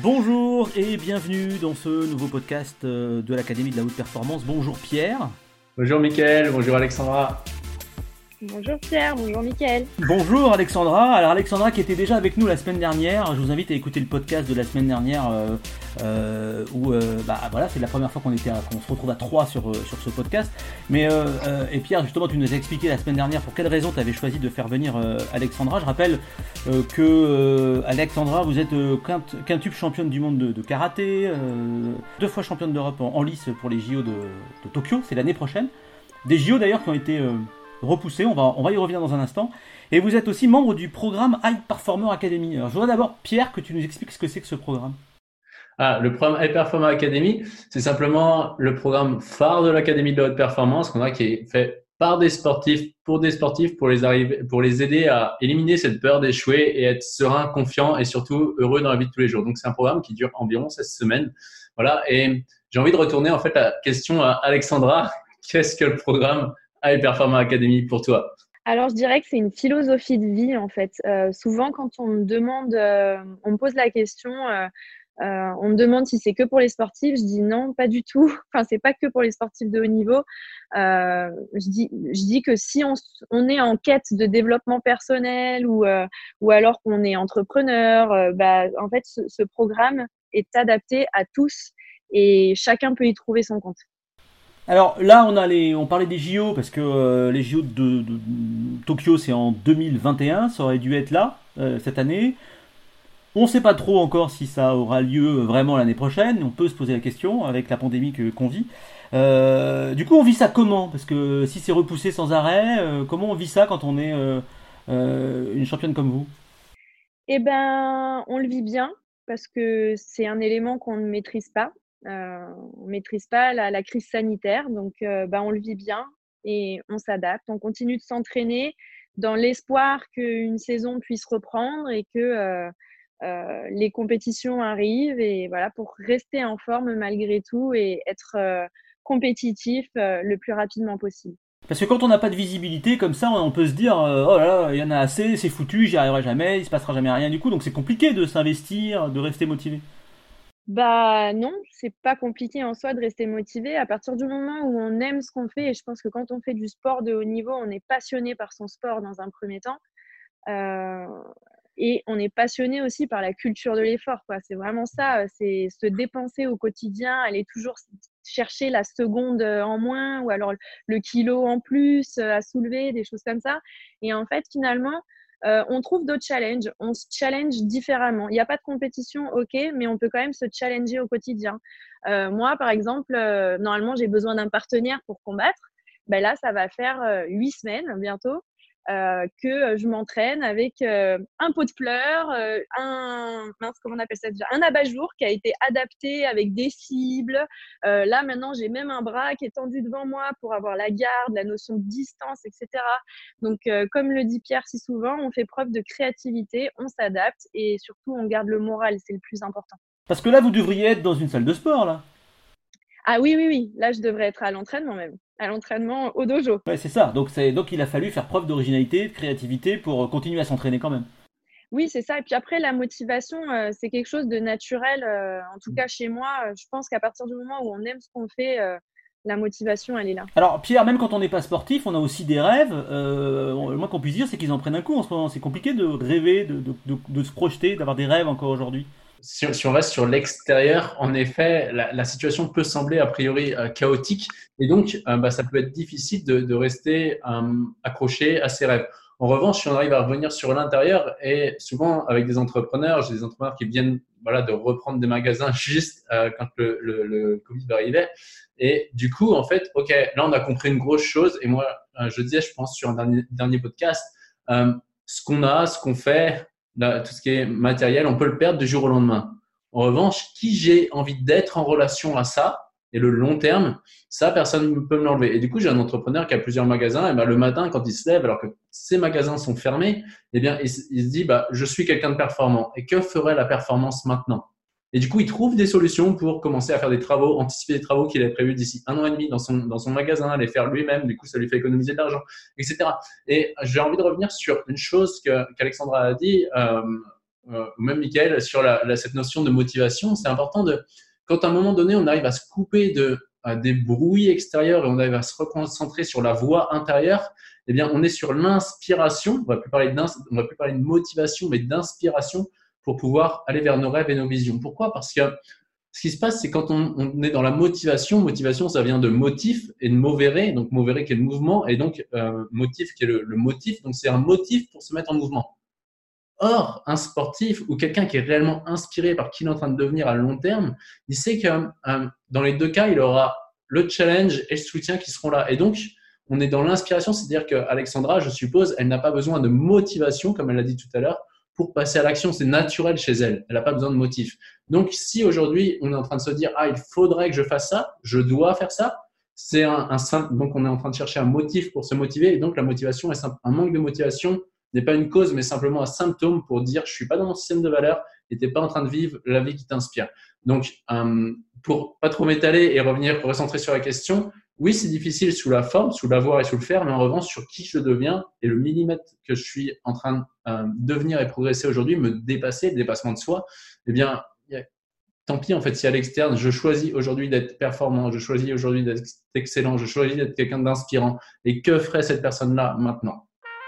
Bonjour et bienvenue dans ce nouveau podcast de l'Académie de la Haute Performance. Bonjour Pierre. Bonjour Mickaël, bonjour Alexandra. Bonjour Pierre, bonjour Mickaël. Bonjour Alexandra. Alors Alexandra qui était déjà avec nous la semaine dernière, je vous invite à écouter le podcast de la semaine dernière où voilà, c'est la première fois qu'on se retrouve à 3 sur ce podcast. Mais et Pierre, justement, tu nous as expliqué la semaine dernière pour quelle raison tu avais choisi de faire venir Alexandra. Je rappelle que Alexandra, vous êtes quintuple championne du monde de karaté, 2 fois championne d'Europe en lice pour les JO de Tokyo, c'est l'année prochaine. Des JO d'ailleurs qui ont été repoussé, on va y revenir dans un instant. Et vous êtes aussi membre du programme High Performer Academy. Alors je voudrais d'abord, Pierre, que tu nous expliques ce que c'est que ce programme. Le programme High Performer Academy, c'est simplement le programme phare de l'Académie de la Haute Performance qui est fait par des sportifs, pour les aider à éliminer cette peur d'échouer et être serein, confiant et surtout heureux dans la vie de tous les jours. Donc c'est un programme qui dure environ 16 semaines. Voilà, et j'ai envie de retourner en fait la question à Alexandra. Qu'est-ce que le programme High Performer Academy pour toi? Alors, je dirais que c'est une philosophie de vie, en fait. Souvent, quand on me demande, on me pose la question, on me demande si c'est que pour les sportifs. Je dis non, pas du tout. Enfin, c'est pas que pour les sportifs de haut niveau. Je dis que si on est en quête de développement personnel ou alors qu'on est entrepreneur, en fait, ce programme est adapté à tous et chacun peut y trouver son compte. Alors là, on parlait des JO parce que les JO de Tokyo, c'est en 2021, ça aurait dû être là cette année. On ne sait pas trop encore si ça aura lieu vraiment l'année prochaine. On peut se poser la question avec la pandémie qu'on vit. Du coup, on vit ça comment? Parce que si c'est repoussé sans arrêt, comment on vit ça quand on est une championne comme vous? Eh ben, on le vit bien parce que c'est un élément qu'on ne maîtrise pas. On maîtrise pas la crise sanitaire, donc on le vit bien et on s'adapte. On continue de s'entraîner dans l'espoir qu'une saison puisse reprendre et que les compétitions arrivent et voilà, pour rester en forme malgré tout et être compétitif le plus rapidement possible. Parce que quand on n'a pas de visibilité comme ça, on peut se dire oh là là, il y en a assez, c'est foutu, j'y arriverai jamais, il se passera jamais rien du coup. Donc c'est compliqué de s'investir, de rester motivé. Bah non, c'est pas compliqué en soi de rester motivé à partir du moment où on aime ce qu'on fait. Et je pense que quand on fait du sport de haut niveau, on est passionné par son sport dans un premier temps. Euh, et on est passionné aussi par la culture de l'effort, quoi. C'est vraiment ça, c'est se dépenser au quotidien, aller toujours chercher la seconde en moins ou alors le kilo en plus à soulever, des choses comme ça. Et en fait, finalement, on trouve d'autres challenges, on se challenge différemment. Il n'y a pas de compétition, ok, mais on peut quand même se challenger au quotidien. Moi, par exemple, normalement, j'ai besoin d'un partenaire pour combattre. Ben là, ça va faire 8 semaines bientôt que je m'entraîne avec un pot de fleurs, comment on appelle ça déjà, un abat-jour qui a été adapté avec des cibles. Là, maintenant, j'ai même un bras qui est tendu devant moi pour avoir la garde, la notion de distance, etc. Donc, comme le dit Pierre si souvent, on fait preuve de créativité, on s'adapte et surtout, on garde le moral, c'est le plus important. Parce que là, vous devriez être dans une salle de sport là. Ah oui, oui, oui, là, je devrais être à l'entraînement même, à l'entraînement au dojo. Ouais, c'est ça. Donc il a fallu faire preuve d'originalité, de créativité pour continuer à s'entraîner quand même. Oui, c'est ça. Et puis après, la motivation, c'est quelque chose de naturel. En tout cas, chez moi, je pense qu'à partir du moment où on aime ce qu'on fait, la motivation, elle est là. Alors Pierre, même quand on n'est pas sportif, on a aussi des rêves. Le moins qu'on puisse dire, c'est qu'ils en prennent un coup en ce moment. C'est compliqué de rêver, de se projeter, d'avoir des rêves encore aujourd'hui. Si on reste sur l'extérieur, en effet, la situation peut sembler a priori chaotique et donc ça peut être difficile de rester accroché à ses rêves. En revanche, si on arrive à revenir sur l'intérieur et souvent avec des entrepreneurs, j'ai des entrepreneurs qui viennent de reprendre des magasins juste quand le Covid arrivait et du coup, en fait, ok, là on a compris une grosse chose et moi, je disais, je pense sur un dernier podcast, ce qu'on a, ce qu'on fait, là, tout ce qui est matériel, on peut le perdre du jour au lendemain. En revanche, qui j'ai envie d'être en relation à ça et le long terme, ça, personne ne peut me l'enlever. Et du coup, j'ai un entrepreneur qui a plusieurs magasins. Et le matin, quand il se lève, alors que ses magasins sont fermés, il se dit, je suis quelqu'un de performant. Et que ferait la performance maintenant? Et du coup, il trouve des solutions pour commencer à faire des travaux, anticiper des travaux qu'il avait prévus d'ici 1 an et demi dans son magasin, les faire lui-même. Du coup, ça lui fait économiser de l'argent, etc. Et j'ai envie de revenir sur une chose qu'Alexandra a dit. ou même Michael, sur cette notion de motivation. C'est important quand à un moment donné, on arrive à se couper des bruits extérieurs et on arrive à se reconcentrer sur la voix intérieure, eh bien, on est sur l'inspiration. On va plus parler de motivation, mais d'inspiration pour pouvoir aller vers nos rêves et nos visions. Pourquoi ? Parce que ce qui se passe, c'est quand on est dans la motivation, ça vient de motif et de movere, donc movere qui est le mouvement, et donc motif qui est le motif, donc c'est un motif pour se mettre en mouvement. Or, un sportif ou quelqu'un qui est réellement inspiré par qui il est en train de devenir à long terme, il sait que dans les deux cas, il aura le challenge et le soutien qui seront là. Et donc, on est dans l'inspiration, c'est-à-dire qu'Alexandra, je suppose, elle n'a pas besoin de motivation, comme elle l'a dit tout à l'heure, pour passer à l'action. C'est naturel chez elle. Elle n'a pas besoin de motif. Donc, si aujourd'hui, on est en train de se dire « Ah, il faudrait que je fasse ça, je dois faire ça », c'est donc on est en train de chercher un motif pour se motiver. Et donc, la motivation est un manque de motivation n'est pas une cause, mais simplement un symptôme pour dire « Je suis pas dans mon système de valeurs et tu n'es pas en train de vivre la vie qui t'inspire ». Donc, pour pas trop m'étaler et recentrer sur la question, oui, c'est difficile sous la forme, sous l'avoir et sous le faire, mais en revanche, sur qui je deviens et le millimètre que je suis en train de devenir et progresser aujourd'hui, me dépasser, le dépassement de soi, eh bien, tant pis, en fait, si à l'externe, je choisis aujourd'hui d'être performant, je choisis aujourd'hui d'être excellent, je choisis d'être quelqu'un d'inspirant, et que ferait cette personne-là maintenant ?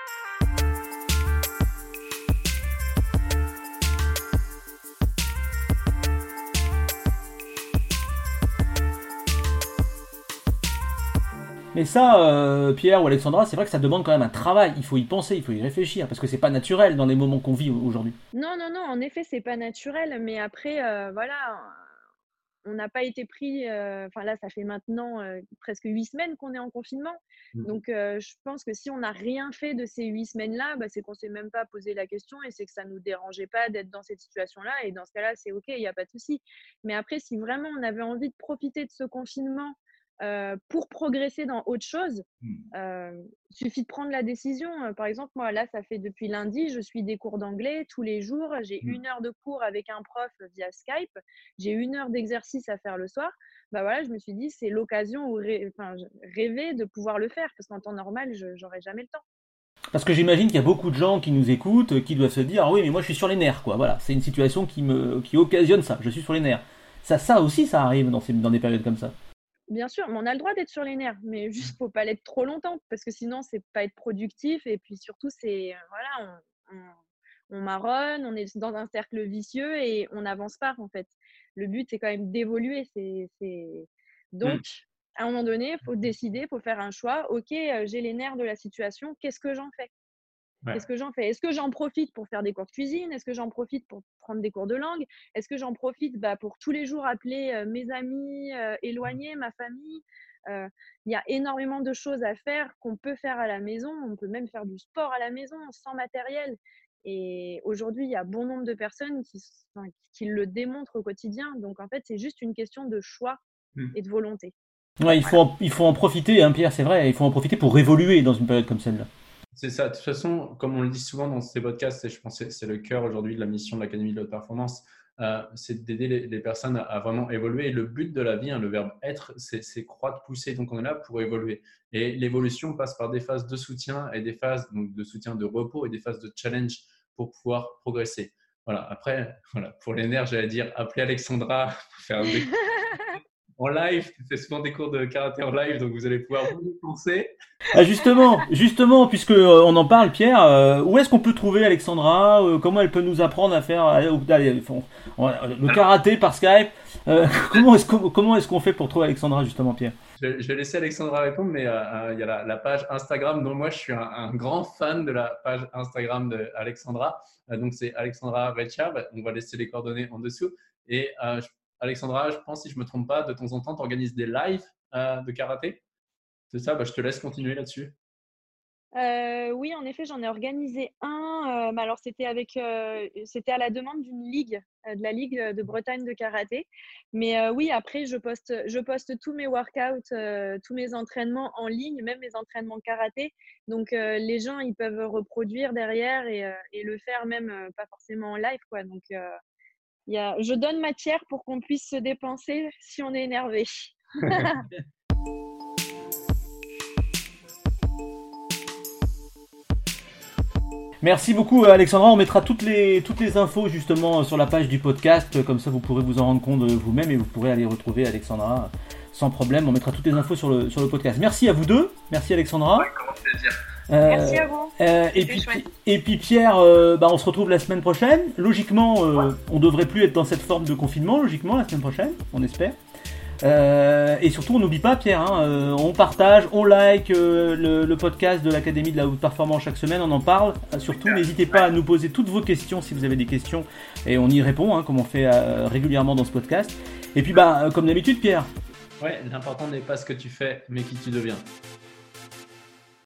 Mais ça, Pierre ou Alexandra, c'est vrai que ça demande quand même un travail. Il faut y penser, il faut y réfléchir, parce que c'est pas naturel dans les moments qu'on vit aujourd'hui. Non, non, non, en effet, c'est pas naturel, mais après, voilà, on n'a pas été pris, enfin là, ça fait maintenant presque 8 semaines qu'on est en confinement. Donc, je pense que si on n'a rien fait de ces 8 semaines-là, bah, c'est qu'on s'est même pas posé la question et c'est que ça nous dérangeait pas d'être dans cette situation-là. Et dans ce cas-là, c'est OK, il n'y a pas de souci. Mais après, si vraiment on avait envie de profiter de ce confinement pour progresser dans autre chose, suffit de prendre la décision. Par exemple, moi, là, ça fait depuis lundi, je suis des cours d'anglais tous les jours. J'ai 1 heure de cours avec un prof via Skype. J'ai 1 heure d'exercice à faire le soir. Bah voilà, je me suis dit, c'est l'occasion où rêver de pouvoir le faire parce qu'en temps normal, je n'aurais jamais le temps. Parce que j'imagine qu'il y a beaucoup de gens qui nous écoutent, qui doivent se dire, ah oui, mais moi je suis sur les nerfs, quoi. Voilà, c'est une situation qui occasionne ça. Je suis sur les nerfs. Ça aussi, ça arrive dans des périodes comme ça. Bien sûr, mais on a le droit d'être sur les nerfs, mais juste faut pas l'être trop longtemps parce que sinon c'est pas être productif et puis surtout c'est voilà, on marronne, on est dans un cercle vicieux et on n'avance pas en fait. Le but c'est quand même d'évoluer, donc à un moment donné, il faut décider, il faut faire un choix. OK, j'ai les nerfs de la situation, qu'est-ce que j'en fais ? Qu'est-ce que j'en fais ? Est-ce que j'en profite pour faire des cours de cuisine ? Est-ce que j'en profite pour prendre des cours de langue ? Est-ce que j'en profite pour tous les jours appeler mes amis éloignés, ma famille ? Il y a énormément de choses à faire qu'on peut faire à la maison. On peut même faire du sport à la maison sans matériel. Et aujourd'hui, il y a bon nombre de personnes qui le démontrent au quotidien. Donc, en fait, c'est juste une question de choix et de volonté. Ouais, il faut en profiter, hein, Pierre, c'est vrai. Il faut en profiter pour évoluer dans une période comme celle-là. C'est ça. De toute façon, comme on le dit souvent dans ces podcasts, et je pense que c'est le cœur aujourd'hui de la mission de l'Académie de la Haute Performance, c'est d'aider les personnes à vraiment évoluer. Et le but de la vie, le verbe être, c'est croître, pousser. Donc, on est là pour évoluer. Et l'évolution passe par des phases de soutien et des phases donc, de soutien de repos et des phases de challenge pour pouvoir progresser. Voilà. Après, pour les nerfs, j'allais dire, appelez Alexandra pour faire des en live. C'est souvent des cours de karaté en live, donc vous allez pouvoir vous dépenser. Ah justement, puisque on en parle, Pierre, où est-ce qu'on peut trouver Alexandra ? Comment elle peut nous apprendre à faire le karaté par Skype ? Comment est-ce qu'on fait pour trouver Alexandra, justement, Pierre ? Je vais laisser Alexandra répondre, mais il y a la page Instagram dont moi je suis un grand fan de la page Instagram d'Alexandra. Donc c'est Alexandra Reccia. On va laisser les coordonnées en dessous. Et Alexandra, je pense, si je ne me trompe pas, de temps en temps, tu organises des lives de karaté. C'est ça, je te laisse continuer là-dessus. Oui, en effet, j'en ai organisé un. Mais alors, c'était à la demande d'une ligue, de la Ligue de Bretagne de karaté. Mais oui, après, je poste tous mes workouts, tous mes entraînements en ligne, même mes entraînements karaté. Donc, les gens, ils peuvent reproduire derrière et le faire même pas forcément en live, quoi. Donc, je donne matière pour qu'on puisse se dépenser si on est énervé. Merci beaucoup Alexandra, on mettra toutes les infos justement sur la page du podcast, comme ça vous pourrez vous en rendre compte vous-même et vous pourrez aller retrouver Alexandra sans problème, on mettra toutes les infos sur le podcast. Merci à vous deux, merci Alexandra. Ouais, grand plaisir. Merci à vous. Et puis Pierre, on se retrouve la semaine prochaine. Logiquement, on devrait plus être dans cette forme de confinement, logiquement, la semaine prochaine, on espère. Et surtout, on n'oublie pas, Pierre, on partage, on like le podcast de l'Académie de la Haute Performance chaque semaine, on en parle. Surtout, n'hésitez pas à nous poser toutes vos questions si vous avez des questions et on y répond, comme on fait régulièrement dans ce podcast. Et puis, comme d'habitude, Pierre. Ouais, l'important n'est pas ce que tu fais, mais qui tu deviens.